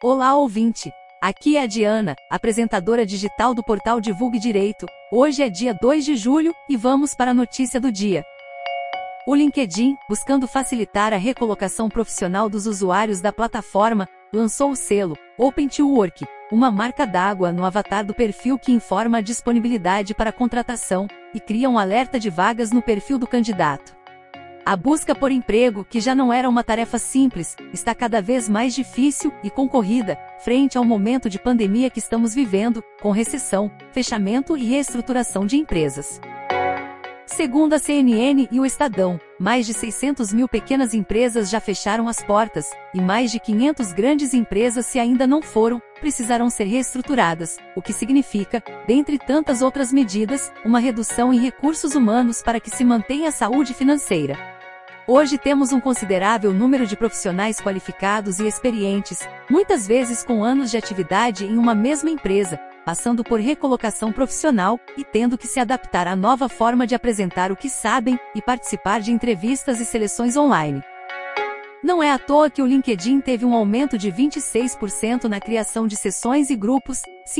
Olá, ouvinte! Aqui é a Diana, apresentadora digital do portal Divulgue Direito. Hoje é dia 2 de julho e vamos para a notícia do dia. O LinkedIn, buscando facilitar a recolocação profissional dos usuários da plataforma, lançou o selo Open to Work, uma marca d'água no avatar do perfil que informa a disponibilidade para contratação e cria um alerta de vagas no perfil do candidato. A busca por emprego, que já não era uma tarefa simples, está cada vez mais difícil e concorrida, frente ao momento de pandemia que estamos vivendo, com recessão, fechamento e reestruturação de empresas. Segundo a CNN e o Estadão, mais de 600 mil pequenas empresas já fecharam as portas, e mais de 500 grandes empresas, se ainda não foram, precisarão ser reestruturadas, o que significa, dentre tantas outras medidas, uma redução em recursos humanos para que se mantenha a saúde financeira. Hoje temos um considerável número de profissionais qualificados e experientes, muitas vezes com anos de atividade em uma mesma empresa, passando por recolocação profissional e tendo que se adaptar à nova forma de apresentar o que sabem e participar de entrevistas e seleções online. Não é à toa que o LinkedIn teve um aumento de 26% na criação de sessões e grupos,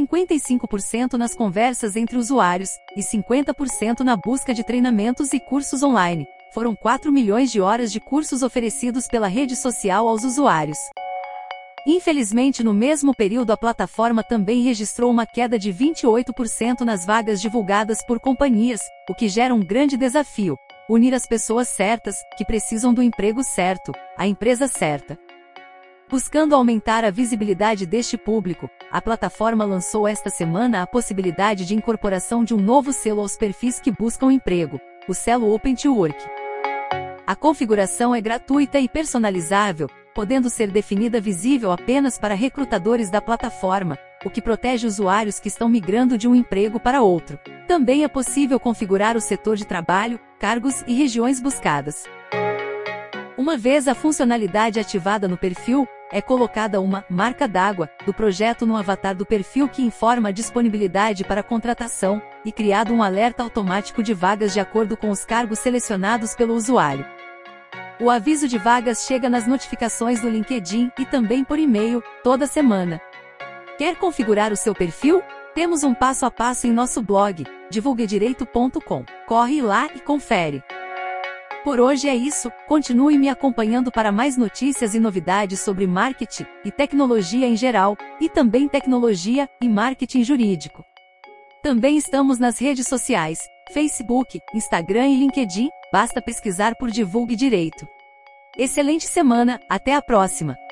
55% nas conversas entre usuários e 50% na busca de treinamentos e cursos online. Foram 4 milhões de horas de cursos oferecidos pela rede social aos usuários. Infelizmente, no mesmo período, a plataforma também registrou uma queda de 28% nas vagas divulgadas por companhias, o que gera um grande desafio: unir as pessoas certas, que precisam do emprego certo, à empresa certa. Buscando aumentar a visibilidade deste público, a plataforma lançou esta semana a possibilidade de incorporação de um novo selo aos perfis que buscam emprego, o selo Open to Work. A configuração é gratuita e personalizável, podendo ser definida visível apenas para recrutadores da plataforma, o que protege usuários que estão migrando de um emprego para outro. Também é possível configurar o setor de trabalho, cargos e regiões buscadas. Uma vez a funcionalidade ativada no perfil, é colocada uma marca d'água do projeto no avatar do perfil que informa a disponibilidade para contratação, e criado um alerta automático de vagas de acordo com os cargos selecionados pelo usuário. O aviso de vagas chega nas notificações do LinkedIn e também por e-mail, toda semana. Quer configurar o seu perfil? Temos um passo a passo em nosso blog, divulguedireito.com. Corre lá e confere. Por hoje é isso, continue me acompanhando para mais notícias e novidades sobre marketing e tecnologia em geral, e também tecnologia e marketing jurídico. Também estamos nas redes sociais, Facebook, Instagram e LinkedIn, basta pesquisar por Divulgue Direito. Excelente semana, até a próxima!